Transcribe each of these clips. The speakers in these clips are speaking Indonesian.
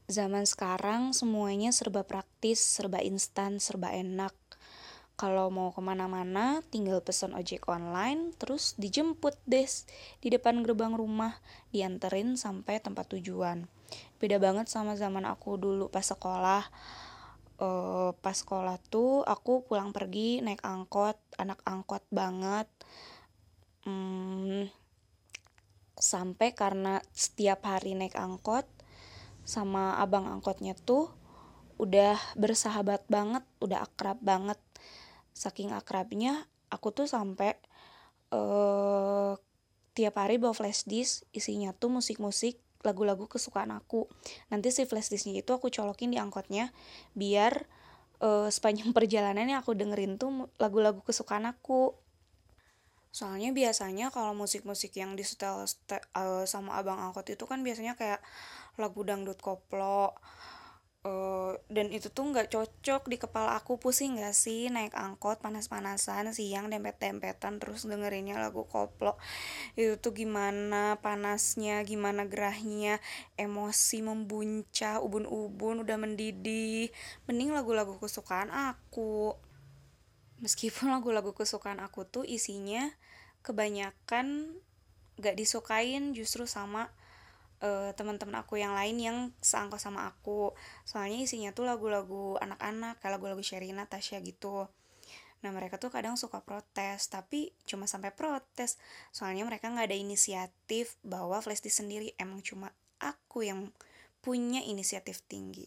Zaman sekarang semuanya serba praktis, serba instan, serba enak. Kalau mau kemana-mana, tinggal pesen ojek online, terus dijemput deh di depan gerbang rumah, dianterin sampai tempat tujuan. Beda banget sama zaman aku dulu pas sekolah. Pas sekolah tuh aku pulang pergi naik angkot, anak angkot banget. Hmm, Sampai karena setiap hari naik angkot, sama abang angkotnya tuh udah bersahabat banget, udah akrab banget. Saking akrabnya, aku tuh sampai eh tiap hari bawa flash disk, isinya tuh musik-musik lagu-lagu kesukaan aku. Nanti si flash disknya itu aku colokin di angkotnya biar sepanjang perjalanannya aku dengerin tuh lagu-lagu kesukaan aku. Soalnya biasanya kalau musik-musik yang disetel sama abang angkot itu kan biasanya kayak lagu dangdut koplo. Dan itu tuh nggak cocok di kepala aku, pusing nggak sih naik angkot panas-panasan siang dempet-dempetan terus dengerinnya lagu koplo. Itu tuh gimana panasnya, gimana gerahnya, emosi membuncah, ubun-ubun udah mendidih. Mending lagu-lagu kesukaan aku. Meskipun lagu-lagu kesukaan aku tuh isinya kebanyakan gak disukain justru sama teman-teman aku yang lain yang seangkot sama aku. Soalnya isinya tuh lagu-lagu anak-anak, kayak lagu-lagu Sherina, Tasya gitu. Nah mereka tuh kadang suka protes, tapi cuma sampai protes. Soalnya mereka nggak ada inisiatif bawa flashdisk sendiri. Emang cuma aku yang punya inisiatif tinggi.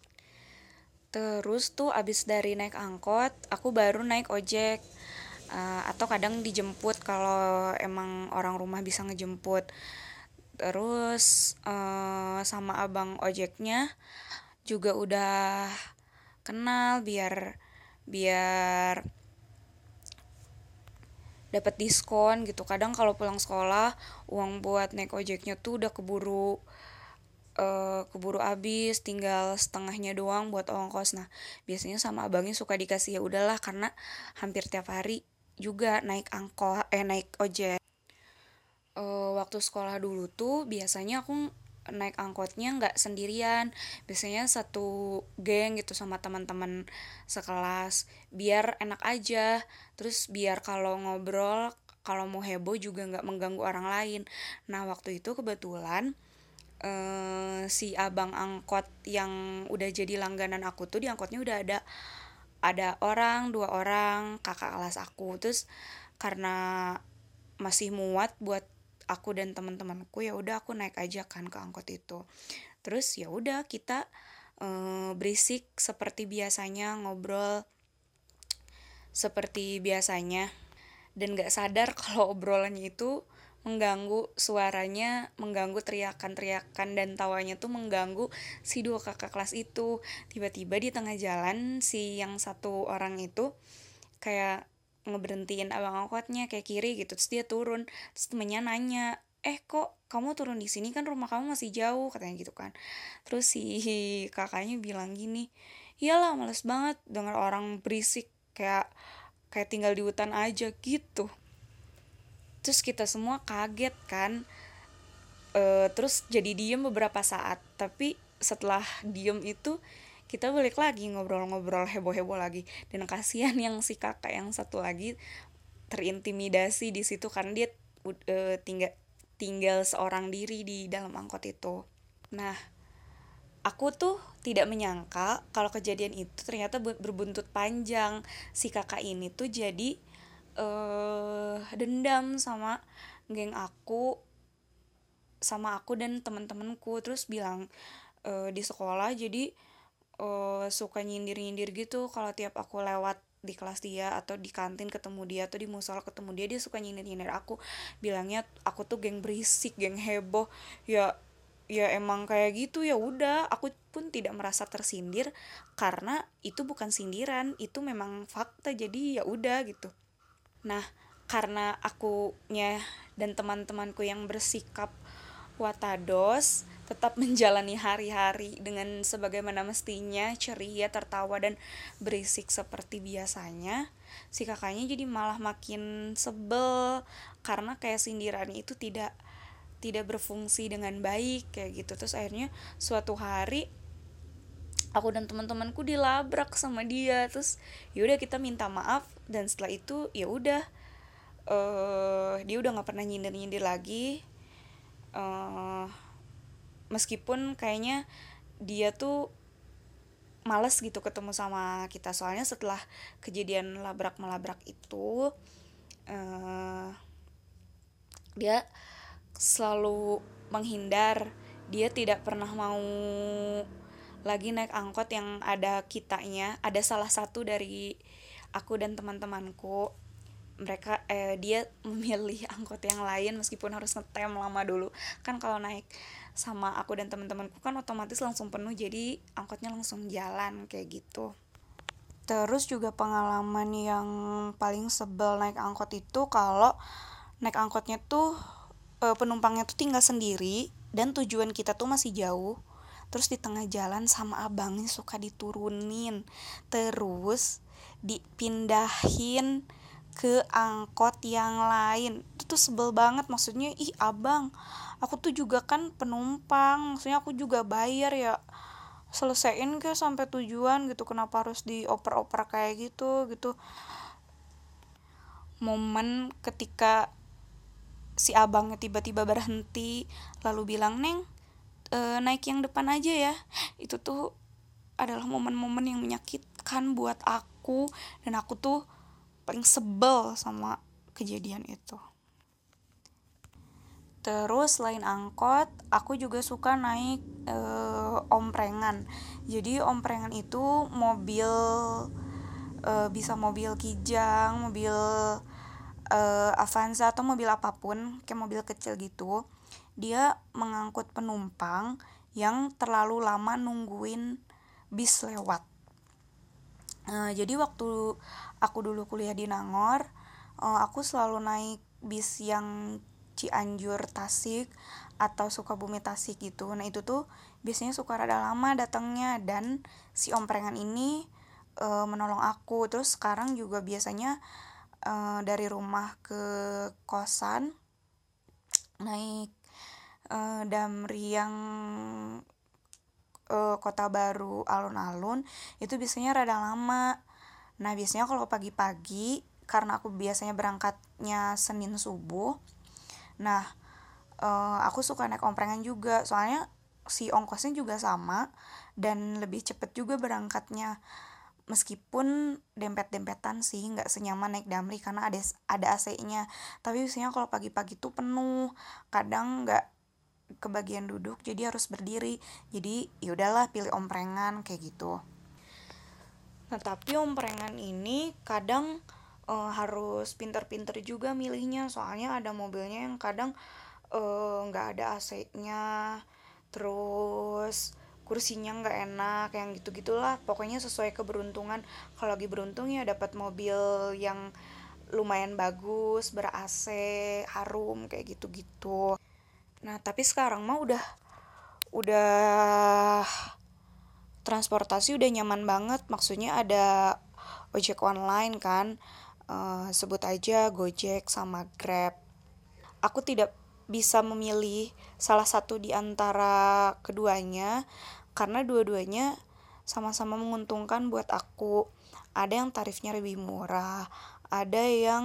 Terus tuh abis dari naik angkot, aku baru naik ojek. Atau kadang dijemput kalau emang orang rumah bisa ngejemput. Terus sama abang ojeknya juga udah kenal biar biar dapat diskon gitu. Kadang kalau pulang sekolah uang buat naik ojeknya tuh udah keburu habis, tinggal setengahnya doang buat ongkos. Nah biasanya sama abangnya suka dikasih ya udahlah karena hampir tiap hari juga naik ojek. Waktu sekolah dulu tuh biasanya aku naik angkotnya nggak sendirian, biasanya satu geng gitu sama teman-teman sekelas biar enak aja, terus biar kalau ngobrol kalau mau heboh juga nggak mengganggu orang lain. Nah waktu itu kebetulan si abang angkot yang udah jadi langganan aku tuh di angkotnya udah ada orang, dua orang kakak kelas aku. Terus karena masih muat buat aku dan teman-temanku, ya udah aku naik aja kan ke angkot itu. Terus ya udah kita berisik seperti biasanya, ngobrol seperti biasanya, dan gak sadar kalau obrolannya itu mengganggu, suaranya mengganggu, teriakan-teriakan dan tawanya tuh mengganggu si dua kakak kelas itu. Tiba-tiba di tengah jalan si yang satu orang itu kayak ngeberhentiin abang angkotnya kayak kiri gitu, terus dia turun, terus temennya nanya, kok kamu turun di sini, kan rumah kamu masih jauh, katanya gitu kan. Terus si kakaknya bilang gini, iyalah males banget denger orang berisik, kayak kayak tinggal di hutan aja gitu. Terus kita semua kaget kan. Terus jadi diem beberapa saat, tapi setelah diem itu kita balik lagi ngobrol-ngobrol heboh-heboh lagi. Dan kasihan yang si kakak yang satu lagi terintimidasi di situ karena dia tinggal tinggal seorang diri di dalam angkot itu. Nah aku tuh tidak menyangka kalau kejadian itu ternyata berbuntut panjang. Si kakak ini tuh jadi dendam sama aku dan teman-temanku, terus bilang di sekolah jadi suka nyindir-nyindir gitu kalau tiap aku lewat di kelas dia atau di kantin ketemu dia atau di musola ketemu dia, dia suka nyindir-nyindir aku, bilangnya aku tuh geng berisik, geng heboh. Ya ya emang kayak gitu, ya udah aku pun tidak merasa tersindir karena itu bukan sindiran, itu memang fakta, jadi ya udah gitu. Nah, karena akunya dan teman-temanku yang bersikap watados, tetap menjalani hari-hari dengan sebagaimana mestinya, ceria, tertawa, dan berisik seperti biasanya, si kakaknya jadi malah makin sebel karena kayak sindirannya itu tidak tidak berfungsi dengan baik kayak gitu. Terus akhirnya suatu hari aku dan teman-temanku dilabrak sama dia. Terus ya udah kita minta maaf, dan setelah itu ya udah, dia udah nggak pernah nyindir-nyindir lagi. eh Meskipun kayaknya dia tuh males gitu ketemu sama kita, soalnya setelah kejadian labrak melabrak itu, eh dia selalu menghindar. Dia tidak pernah mau lagi naik angkot yang ada kitanya. Ada salah satu dari aku dan teman-temanku, dia memilih angkot yang lain meskipun harus ngetem lama dulu. Kan kalau naik sama aku dan teman-temanku kan otomatis langsung penuh, jadi angkotnya langsung jalan kayak gitu. Terus juga pengalaman yang paling sebel naik angkot itu kalau naik angkotnya tuh, penumpangnya tuh tinggal sendiri dan tujuan kita tuh masih jauh. Terus di tengah jalan sama abangnya suka diturunin, terus dipindahin ke angkot yang lain. Itu tuh sebel banget, maksudnya ih abang, aku tuh juga kan penumpang, maksudnya aku juga bayar ya, selesaiin ke sampai tujuan gitu, kenapa harus dioper-oper kayak gitu gitu. Momen ketika si abangnya tiba-tiba berhenti lalu bilang, "Neng, naik yang depan aja ya." Itu tuh adalah momen-momen yang menyakitkan buat aku, dan aku tuh paling sebel sama kejadian itu. Terus selain angkot, aku juga suka naik omprengan. Jadi omprengan itu mobil, bisa mobil Kijang, mobil Avanza atau mobil apapun, kayak mobil kecil gitu. Dia mengangkut penumpang yang terlalu lama nungguin bis lewat. Jadi waktu aku dulu kuliah di Nangor, aku selalu naik bis yang Cianjur Tasik atau Sukabumi Tasik gitu. Nah itu tuh biasanya suka rada lama datangnya, dan si omprengan ini menolong aku. Terus sekarang juga biasanya dari rumah ke kosan naik Damri yang Kota Baru alun-alun, itu biasanya rada lama. Nah biasanya kalau pagi-pagi, karena aku biasanya berangkatnya Senin subuh, nah aku suka naik omprengan juga, soalnya si ongkosnya juga sama dan lebih cepet juga berangkatnya. Meskipun dempet-dempetan sih, nggak senyaman naik Damri karena ada AC-nya. Tapi biasanya kalau pagi-pagi tuh penuh, kadang nggak kebagian duduk jadi harus berdiri. Jadi yaudahlah pilih omprengan kayak gitu. Nah tapi omprengan ini kadang harus pinter-pinter juga milihnya, soalnya ada mobilnya yang kadang nggak ada AC-nya, terus kursinya nggak enak, yang gitu-gitulah. Pokoknya sesuai keberuntungan. Kalau lagi beruntung ya dapat mobil yang lumayan bagus, ber AC, harum kayak gitu-gitu. Nah tapi sekarang mah udah transportasi udah nyaman banget, maksudnya ada ojek online kan. Sebut aja Gojek sama Grab. Aku tidak bisa memilih salah satu di antara keduanya karena dua-duanya sama-sama menguntungkan buat aku. Ada yang tarifnya lebih murah, ada yang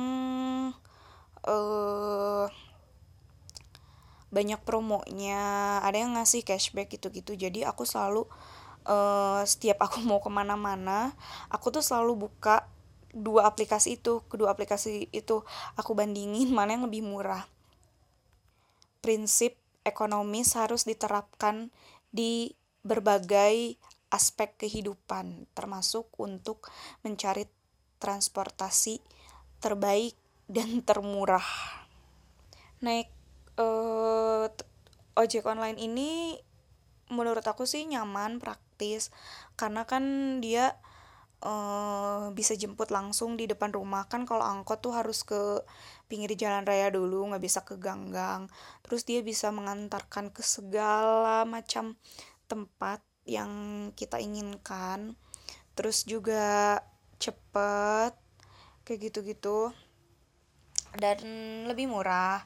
eh banyak promonya, ada yang ngasih cashback gitu-gitu. Jadi aku selalu, setiap aku mau kemana-mana, aku tuh selalu buka kedua aplikasi itu aku bandingin mana yang lebih murah. Prinsip ekonomis harus diterapkan di berbagai aspek kehidupan, termasuk untuk mencari transportasi terbaik dan termurah. Naik eh, ojek online ini menurut aku sih nyaman, praktis, karena kan dia bisa jemput langsung di depan rumah. Kan kalau angkot tuh harus ke pinggir jalan raya dulu, nggak bisa ke ganggang. Terus dia bisa mengantarkan ke segala macam tempat yang kita inginkan. Terus juga cepet kayak gitu-gitu, dan lebih murah.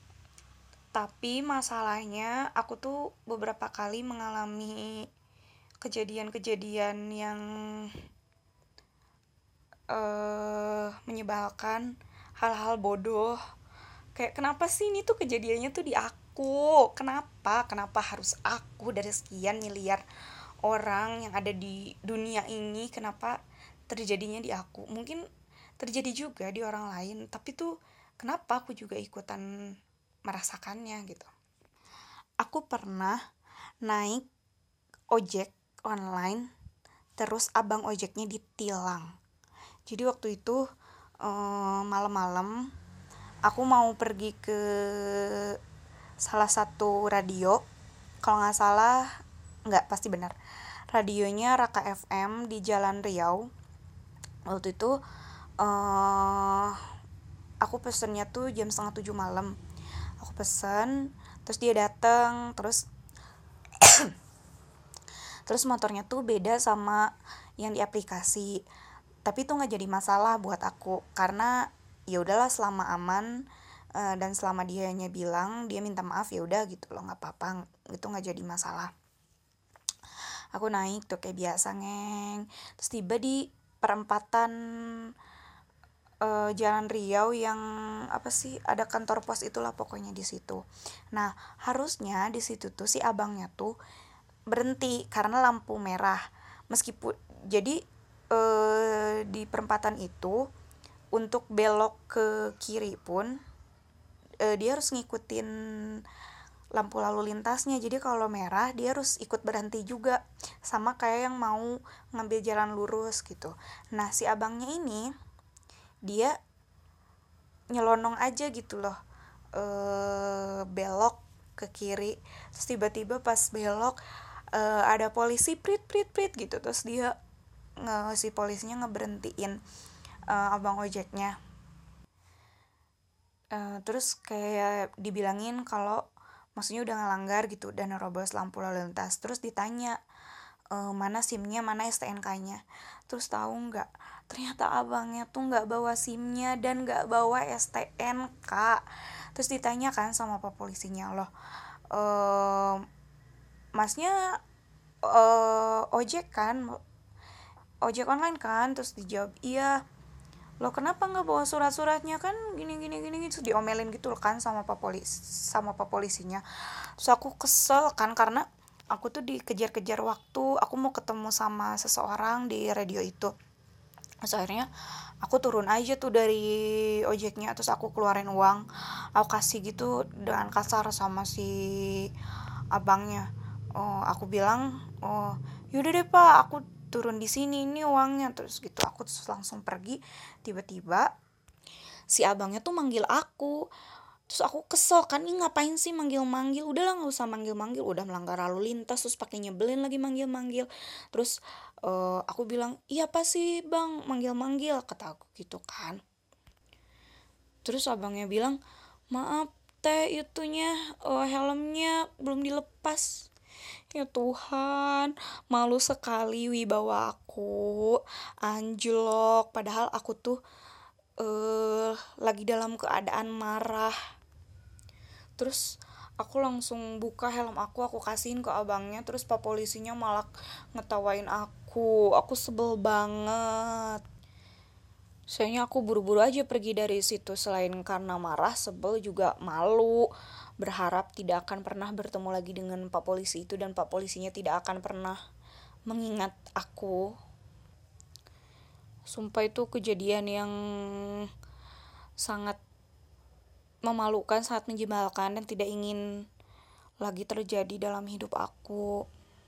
Tapi masalahnya aku tuh beberapa kali mengalami kejadian-kejadian yang menyebalkan, hal-hal bodoh. Kayak kenapa sih ini tuh kejadiannya tuh di aku? Kenapa harus aku dari sekian miliar orang yang ada di dunia ini, kenapa terjadinya di aku? Mungkin terjadi juga di orang lain, tapi tuh kenapa aku juga ikutan merasakannya gitu. Aku pernah naik ojek online, terus abang ojeknya ditilang. Jadi waktu itu malam-malam aku mau pergi ke salah satu radio, kalau nggak salah, nggak pasti benar, radionya Raka FM di Jalan Riau. Waktu itu aku pesennya tuh jam 6:30 malam. Aku pesen, terus dia datang, terus motornya tuh beda sama yang di aplikasi. Tapi itu nggak jadi masalah buat aku karena ya udahlah, selama aman dan selama dianya bilang dia minta maaf, ya udah gitu loh, nggak apa-apa, itu nggak jadi masalah. Aku naik tuh kayak biasa, terus tiba di perempatan Jalan Riau yang apa sih, ada kantor pos itulah pokoknya di situ. Nah, harusnya di situ tuh si abangnya tuh berhenti karena lampu merah. Meskipun jadi di perempatan itu untuk belok ke kiri pun dia harus ngikutin lampu lalu lintasnya. Jadi kalau merah dia harus ikut berhenti juga, sama kayak yang mau ngambil jalan lurus gitu. Nah, si abangnya ini dia nyelonong aja gitu loh, belok ke kiri. Terus tiba-tiba pas belok ada polisi prit prit prit gitu, terus dia si polisinya ngeberhentiin abang ojeknya. Terus kayak dibilangin kalau maksudnya udah ngelanggar gitu, udah nerobos lampu lalu lintas. Terus ditanya mana SIM-nya, mana STNK-nya. Terus tahu nggak, ternyata abangnya tuh nggak bawa SIM-nya dan nggak bawa STNK. Terus ditanya kan sama pak polisinya, loh masnya ojek kan, ojek online kan? Terus dijawab iya. Lo kenapa nggak bawa surat-suratnya, kan gini gini gini gitu, diomelin gitu kan sama pak polisinya. Terus aku kesel kan karena aku tuh dikejar-kejar waktu, aku mau ketemu sama seseorang di radio itu. Terus akhirnya aku turun aja tuh dari ojeknya, terus aku keluarin uang, aku kasih gitu dengan kasar sama si abangnya. Aku bilang, yaudah deh pak, aku turun di sini, ini uangnya, terus gitu. Aku terus langsung pergi. Tiba-tiba si abangnya tuh manggil aku. Terus aku kesel kan, ini ngapain sih manggil-manggil, udahlah nggak usah manggil-manggil, udah melanggar lalu lintas terus pakai nyebelin lagi manggil-manggil. Terus aku bilang, iya apa sih bang manggil-manggil, kata aku gitu kan. Terus abangnya bilang, maaf teh, itunya helmnya belum dilepas. Ya Tuhan, malu sekali wibawa aku, anjlok. Padahal aku tuh lagi dalam keadaan marah. Terus aku langsung buka helm aku kasihin ke abangnya. Terus pak polisinya malah ngetawain aku sebel banget. Sayangnya aku buru-buru aja pergi dari situ. Selain karena marah, sebel, juga malu. Berharap tidak akan pernah bertemu lagi dengan pak polisi itu, dan pak polisinya tidak akan pernah mengingat aku. Sumpah itu kejadian yang sangat memalukan, sangat menyebalkan, dan tidak ingin lagi terjadi dalam hidup aku.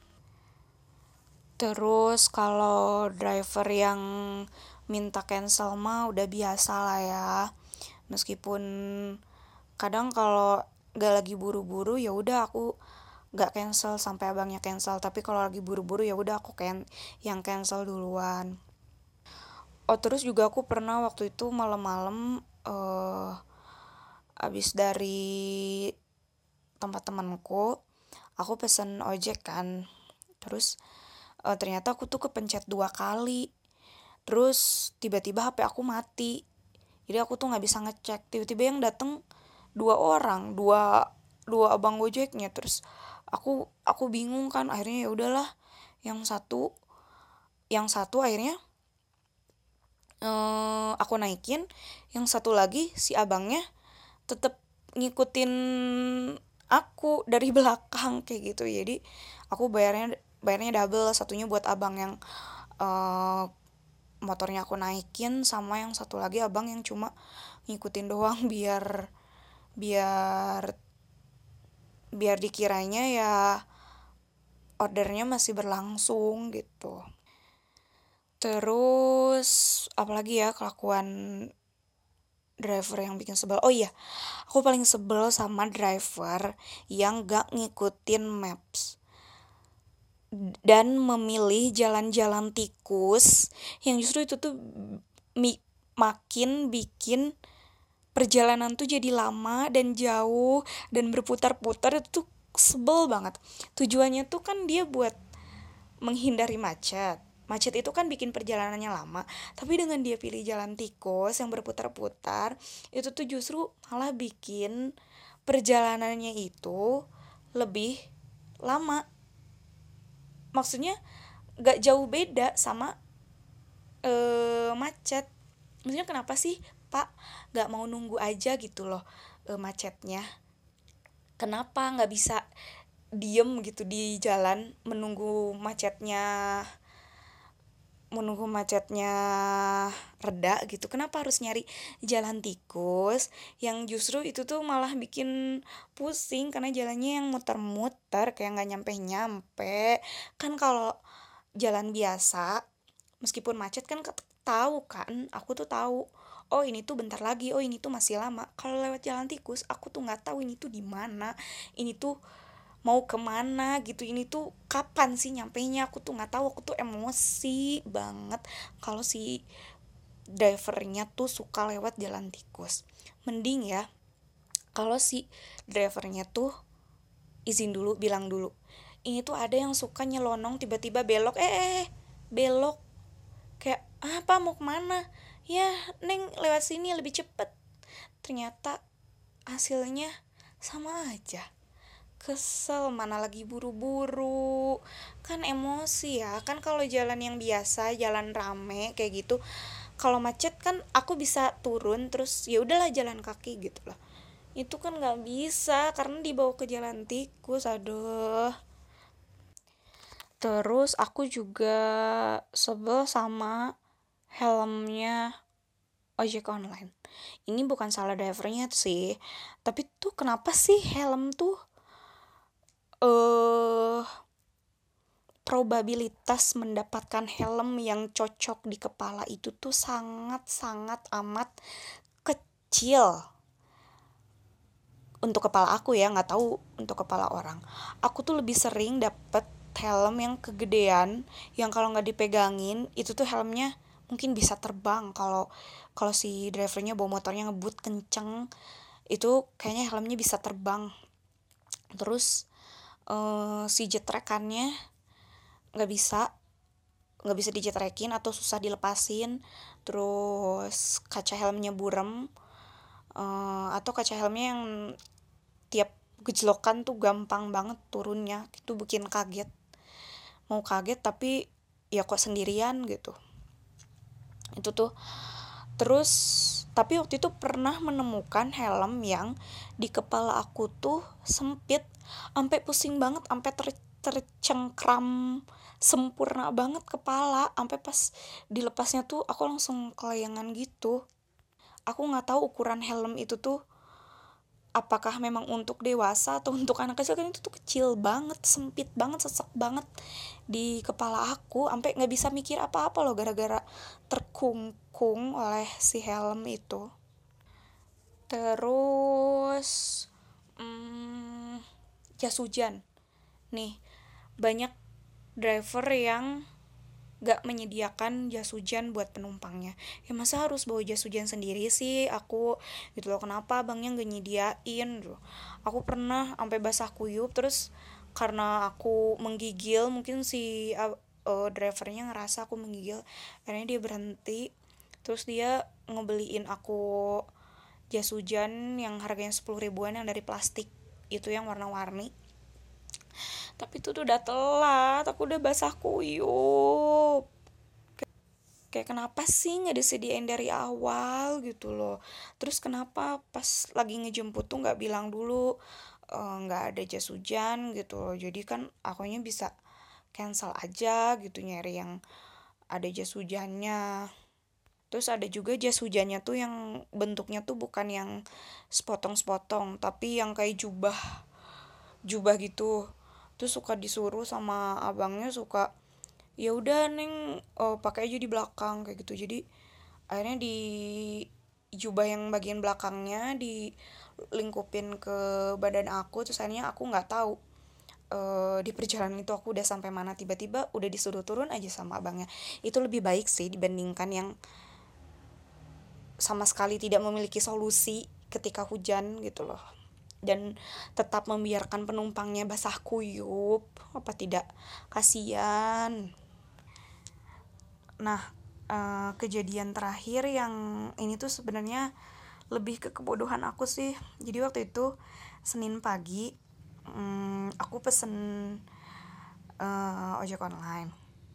Terus kalau driver yang minta cancel mah udah biasa lah ya. Meskipun kadang kalau gak lagi buru-buru ya udah aku gak cancel sampai abangnya cancel, tapi kalau lagi buru-buru ya udah aku yang cancel duluan. Terus juga aku pernah waktu itu malam-malam abis dari tempat temanku, aku pesen ojek kan. Terus ternyata aku tuh kepencet 2 kali. Terus tiba-tiba HP aku mati. Jadi aku tuh nggak bisa ngecek. Tiba-tiba yang dateng 2 orang, dua abang gojeknya. Terus aku bingung kan. Akhirnya ya udahlah, Yang satu akhirnya aku naikin, yang satu lagi si abangnya tetap ngikutin aku dari belakang kayak gitu. Jadi aku bayarnya bayarnya double, satunya buat abang yang eh, motornya aku naikin, sama yang satu lagi abang yang cuma ngikutin doang biar biar biar dikiranya ya ordernya masih berlangsung gitu. Terus apalagi ya kelakuan driver yang bikin sebel. Oh iya, aku paling sebel sama driver yang gak ngikutin maps dan memilih jalan-jalan tikus, yang justru itu tuh makin bikin perjalanan tuh jadi lama dan jauh dan berputar-putar. Itu tuh sebel banget. Tujuannya tuh kan dia buat menghindari macet. Macet itu kan bikin perjalanannya lama, tapi dengan dia pilih jalan tikus yang berputar-putar, itu tuh justru malah bikin perjalanannya itu lebih lama. Maksudnya gak jauh beda sama macet. Maksudnya kenapa sih Pak gak mau nunggu aja gitu loh macetnya? Kenapa gak bisa diem gitu di jalan menunggu macetnya reda gitu? Kenapa harus nyari jalan tikus yang justru itu tuh malah bikin pusing karena jalannya yang muter-muter kayak nggak nyampe-nyampe. Kan kalau jalan biasa meskipun macet kan tahu kan, aku tuh tahu, oh ini tuh bentar lagi, oh ini tuh masih lama. Kalau lewat jalan tikus aku tuh nggak tahu ini tuh di mana, ini tuh mau kemana gitu, ini tuh kapan sih nyampenya, aku tuh nggak tahu. Aku tuh emosi banget kalau si drivernya tuh suka lewat jalan tikus. Mending ya kalau si drivernya tuh izin dulu, bilang dulu, ini tuh ada yang suka nyelonong tiba-tiba belok, belok, kayak apa mau kemana, ya neng lewat sini lebih cepet. Ternyata hasilnya sama aja. Kesel, mana lagi buru-buru, kan emosi ya. Kan kalau jalan yang biasa, jalan rame kayak gitu, kalau macet kan aku bisa turun terus ya udahlah jalan kaki gitu loh. Itu kan nggak bisa karena dibawa ke jalan tikus. Aduh. Terus aku juga sebel sama helmnya ojek online. Ini bukan salah drivernya sih, tapi tuh kenapa sih helm tuh eh probabilitas mendapatkan helm yang cocok di kepala itu tuh sangat-sangat amat kecil. Untuk kepala aku ya, nggak tahu untuk kepala orang. Aku tuh lebih sering dapet helm yang kegedean, yang kalau nggak dipegangin itu tuh helmnya mungkin bisa terbang. Kalau kalau si drivernya bawa motornya ngebut kenceng, itu kayaknya helmnya bisa terbang. Terus si jetrekannya nggak bisa nggak bisa dijetrekin atau susah dilepasin. Terus kaca helmnya burem, atau kaca helmnya yang tiap gejlokan tuh gampang banget turunnya, itu bikin kaget. Mau kaget tapi ya kok sendirian gitu. Itu tuh. Terus tapi waktu itu pernah menemukan helm yang di kepala aku tuh sempit, sampai pusing banget, sampai tercengkram sempurna banget kepala, sampai pas dilepasnya tuh aku langsung kelayangan gitu. Aku nggak tahu ukuran helm itu tuh apakah memang untuk dewasa atau untuk anak kecil, kan itu tuh kecil banget, sempit banget, sesek banget di kepala aku, sampai nggak bisa mikir apa-apa loh gara-gara terkungkung oleh si helm itu. Terus jas hujan nih, banyak driver yang gak menyediakan jas hujan buat penumpangnya. Ya masa harus bawa jas hujan sendiri sih aku gitu loh, kenapa abangnya gak nyediain gitu. Aku pernah sampai basah kuyup, terus karena aku menggigil, mungkin si drivernya ngerasa aku menggigil, akhirnya dia berhenti. Terus dia ngebeliin aku jas hujan yang harganya 10 ribuan yang dari plastik itu, yang warna-warni. Tapi itu tuh udah telat, aku udah basah kuyup. Kayak kenapa sih nggak disediain dari awal gitu loh. Terus kenapa pas lagi ngejemput tuh nggak bilang dulu nggak ada jas hujan gitu loh. Jadi kan akunya bisa cancel aja gitu, nyari yang ada jas hujannya. Terus ada juga jas hujannya tuh yang bentuknya tuh bukan yang sepotong-sepotong, tapi yang kayak jubah, jubah gitu. Terus suka disuruh sama abangnya, suka ya udah neng pakai aja di belakang kayak gitu. Jadi akhirnya di jubah yang bagian belakangnya dilingkupin ke badan aku, terus akhirnya aku nggak tahu di perjalanan itu aku udah sampai mana, tiba-tiba udah disuruh turun aja sama abangnya. Itu lebih baik sih dibandingkan yang sama sekali tidak memiliki solusi ketika hujan gitu loh, dan tetap membiarkan penumpangnya basah kuyup, apa tidak, kasihan. Nah, kejadian terakhir yang ini tuh sebenarnya lebih ke kebodohan aku sih. Jadi waktu itu Senin pagi, aku pesen ojek online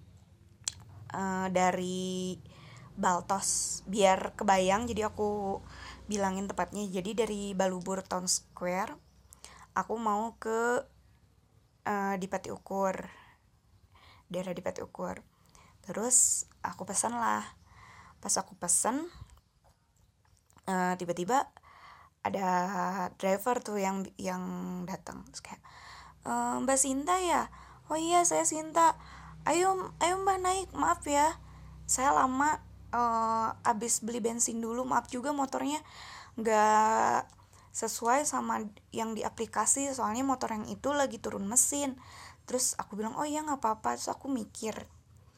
dari Baltos, biar kebayang. Jadi aku bilangin tepatnya, jadi dari Balubur Town Square aku mau ke di Pati Ukur, daerah di Pati Ukur. Terus aku pesan lah. Pas aku pesen, tiba-tiba ada driver tuh yang datang. Terus kayak, Mbak Sinta ya? Oh iya, saya Sinta. Ayo Mbak naik, maaf ya, saya lama abis beli bensin dulu, maaf juga motornya nggak sesuai sama yang di aplikasi, soalnya motor yang itu lagi turun mesin. Terus aku bilang oh iya nggak apa-apa. Terus aku mikir,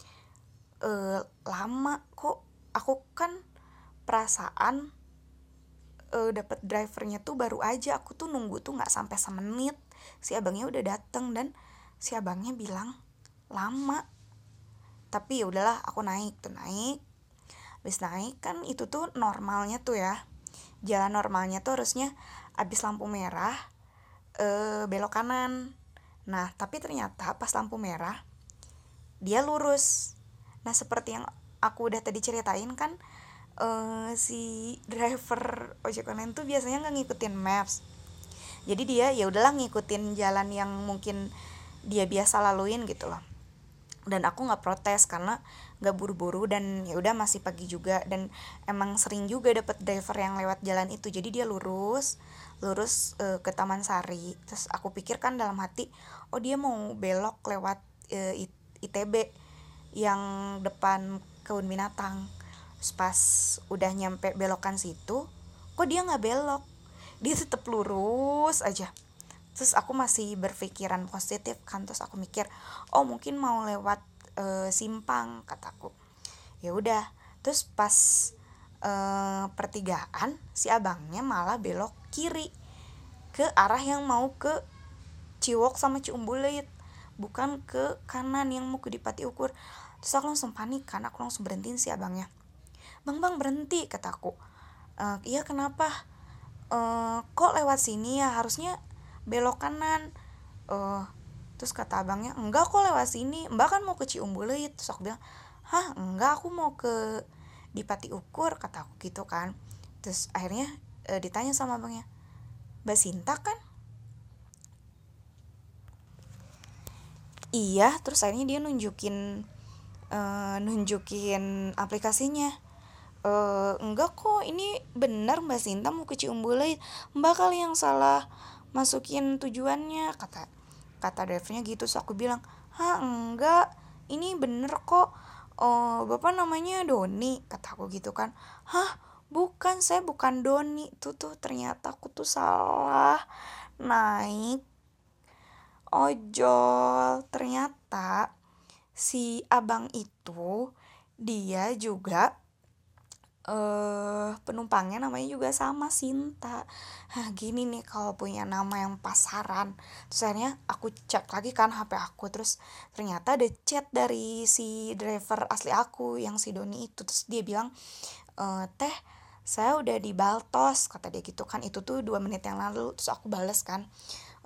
lama kok, aku kan perasaan dapat drivernya tuh baru aja, aku tuh nunggu tuh nggak sampai semenit, si abangnya udah dateng dan si abangnya bilang lama. Tapi ya udahlah, aku naik. Habis naik kan itu tuh normalnya tuh ya, jalan normalnya tuh harusnya abis lampu merah belok kanan. Nah tapi ternyata pas lampu merah dia lurus. Nah seperti yang aku udah tadi ceritain kan, si driver ojek online tuh biasanya nggak ngikutin maps. Jadi dia ya udahlah ngikutin jalan yang mungkin dia biasa laluin gitu loh. Dan aku nggak protes karena nggak buru-buru, dan ya udah masih pagi juga, dan emang sering juga dapet driver yang lewat jalan itu. Jadi dia lurus ke Taman Sari. Terus aku pikir kan dalam hati, oh dia mau belok lewat ITB yang depan kebun binatang. Terus pas udah nyampe belokan situ, kok dia nggak belok, dia tetap lurus aja. Terus aku masih berpikiran positif kan, terus aku mikir oh mungkin mau lewat simpang kataku. Ya udah, terus pas pertigaan si abangnya malah belok kiri ke arah yang mau ke Ciwok sama Ciumbuleuit, bukan ke kanan yang mau ke Dipati Ukur. Terus aku langsung panik kan, aku langsung berhentiin si abangnya. Bang berhenti kataku. Iya kenapa? Kok lewat sini ya, harusnya belok kanan. Terus kata abangnya, enggak kok lewat sini, mbak kan mau ke Ciumbuleuit. Terus aku bilang, hah enggak, aku mau ke Dipati Ukur kata aku gitu kan. Terus akhirnya ditanya sama abangnya, Mbak Sinta kan? Iya. Terus akhirnya dia nunjukin aplikasinya. Enggak kok, ini benar Mbak Sinta mau ke Ciumbuleuit, mbak kali yang salah masukin tujuannya, kata drivernya gitu. So aku bilang, enggak, ini bener kok, bapak namanya Doni, kata aku gitu kan. Bukan, saya bukan Doni. Tuh ternyata aku tuh salah naik ojol. Ternyata si abang itu dia juga penumpangnya namanya juga sama, Sinta. Gini nih kalau punya nama yang pasaran. Terus akhirnya aku cek lagi kan HP aku, terus ternyata ada chat dari si driver asli aku yang si Doni itu. Terus dia bilang, teh saya udah di Baltos, kata dia gitu kan. Itu tuh 2 menit yang lalu. Terus aku bales kan,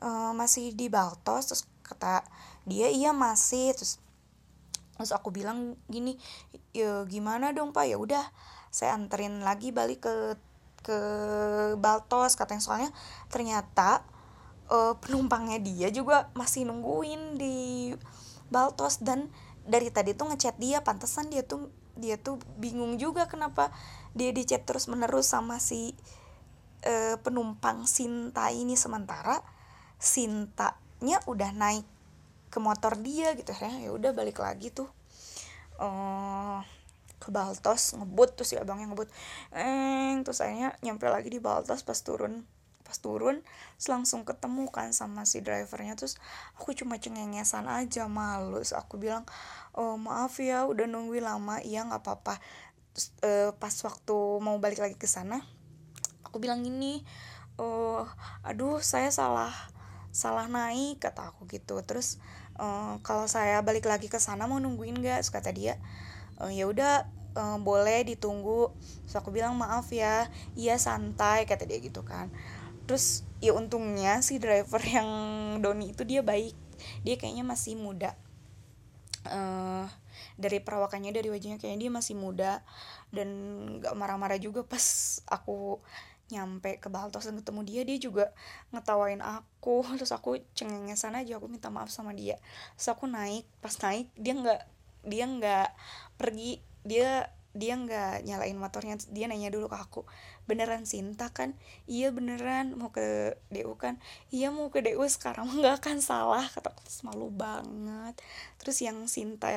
masih di Baltos. Terus kata dia iya masih. Terus aku bilang gini, ya gimana dong Pak, ya udah saya anterin lagi balik ke Baltos katanya, soalnya ternyata penumpangnya dia juga masih nungguin di Baltos. Dan dari tadi tuh ngechat dia, pantesan dia tuh bingung juga kenapa dia dicat terus menerus sama si penumpang Sinta ini, sementara Sintanya udah naik ke motor dia gitu ya udah balik lagi tuh eh ke Baltos ngebut. Terus si abangnya ngebut terus akhirnya nyampe lagi di Baltos. Pas turun terus langsung ketemu kan sama si drivernya. Terus aku cuma cengengesan aja, malu. Terus aku bilang, oh maaf ya udah nungguin lama. Iya nggak apa-apa. Terus, pas waktu mau balik lagi ke sana aku bilang gini, oh aduh saya salah salah naik kata aku gitu. Terus kalau saya balik lagi ke sana mau nungguin nggak? Kata dia, ya udah, boleh ditunggu. Terus aku bilang maaf ya, iya santai kata dia gitu kan. Terus ya untungnya si driver yang Doni itu dia baik, dia kayaknya masih muda. eh dari perawakannya, dari wajahnya kayaknya dia masih muda, dan nggak marah-marah juga pas aku nyampe ke Baltos dan ketemu dia juga ngetawain aku. Terus aku cengengesan aja, aku minta maaf sama dia. Terus aku naik, pas naik dia nggak pergi, dia nggak nyalain motornya. Dia nanya dulu ke aku, beneran Sinta kan? Iya beneran, mau ke DU kan? Iya mau ke DU sekarang, nggak akan salah kata aku. Terus malu banget. Terus yang Sinta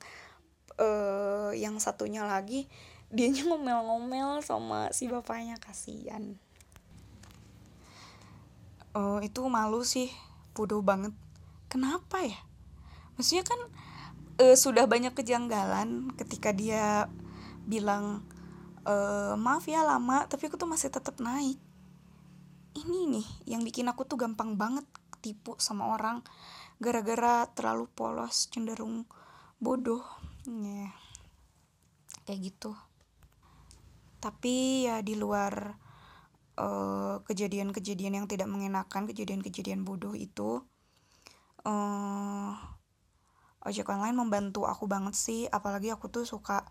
yang satunya lagi, dianya ngomel-ngomel sama si bapaknya, kasihan. Itu malu sih, bodoh banget. Kenapa ya? Maksudnya kan sudah banyak kejanggalan ketika dia bilang maaf ya lama, tapi aku tuh masih tetap naik. Ini nih yang bikin aku tuh gampang banget tipu sama orang, gara-gara terlalu polos, cenderung bodoh. Ya, kayak gitu. Tapi ya di luar kejadian-kejadian yang tidak mengenakan, kejadian-kejadian bodoh itu, eh ojek online membantu aku banget sih. Apalagi aku tuh suka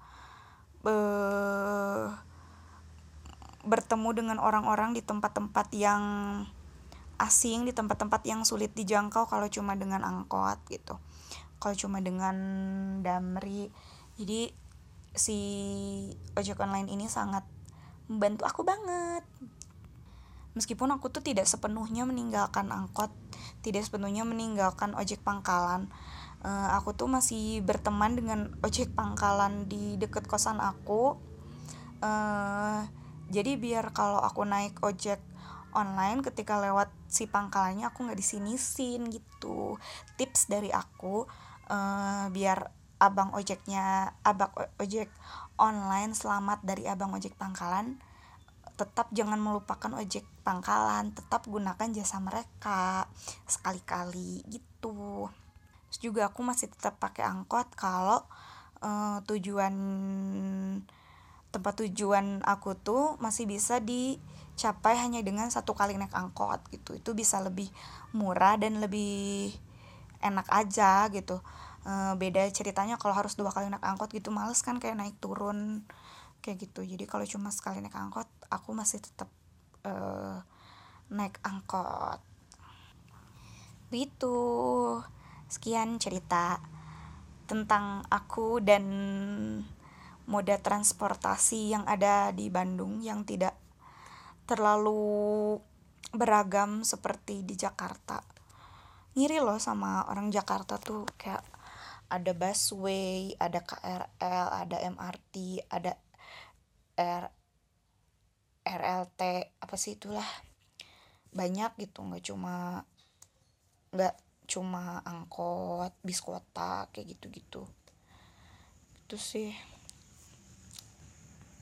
eh bertemu dengan orang-orang di tempat-tempat yang asing, di tempat-tempat yang sulit dijangkau kalau cuma dengan angkot gitu, kalau cuma dengan Damri. Jadi si ojek online ini sangat membantu aku banget. Meskipun aku tuh tidak sepenuhnya meninggalkan angkot, tidak sepenuhnya meninggalkan ojek pangkalan. Aku tuh masih berteman dengan ojek pangkalan di deket kosan aku. Jadi biar kalau aku naik ojek online ketika lewat si pangkalannya aku nggak disinisin gitu. Tips dari aku, biar abang ojek online selamat dari abang ojek pangkalan, tetap jangan melupakan ojek pangkalan, tetap gunakan jasa mereka sekali-kali gitu. Terus juga aku masih tetap pakai angkot kalau tujuan tempat tujuan aku tuh masih bisa dicapai hanya dengan satu kali naik angkot gitu. Itu bisa lebih murah dan lebih enak aja gitu. Beda ceritanya kalau harus dua kali naik angkot gitu, males kan, kayak naik turun kayak gitu. Jadi kalau cuma sekali naik angkot, aku masih tetap naik angkot. Begitu. Sekian cerita tentang aku dan moda transportasi yang ada di Bandung yang tidak terlalu beragam seperti di Jakarta. Ngiri loh sama orang Jakarta tuh, kayak ada busway, ada KRL, ada MRT, ada R RLT, apa sih itulah, banyak gitu, nggak cuma angkot bis kota kayak gitu-gitu. Itu sih.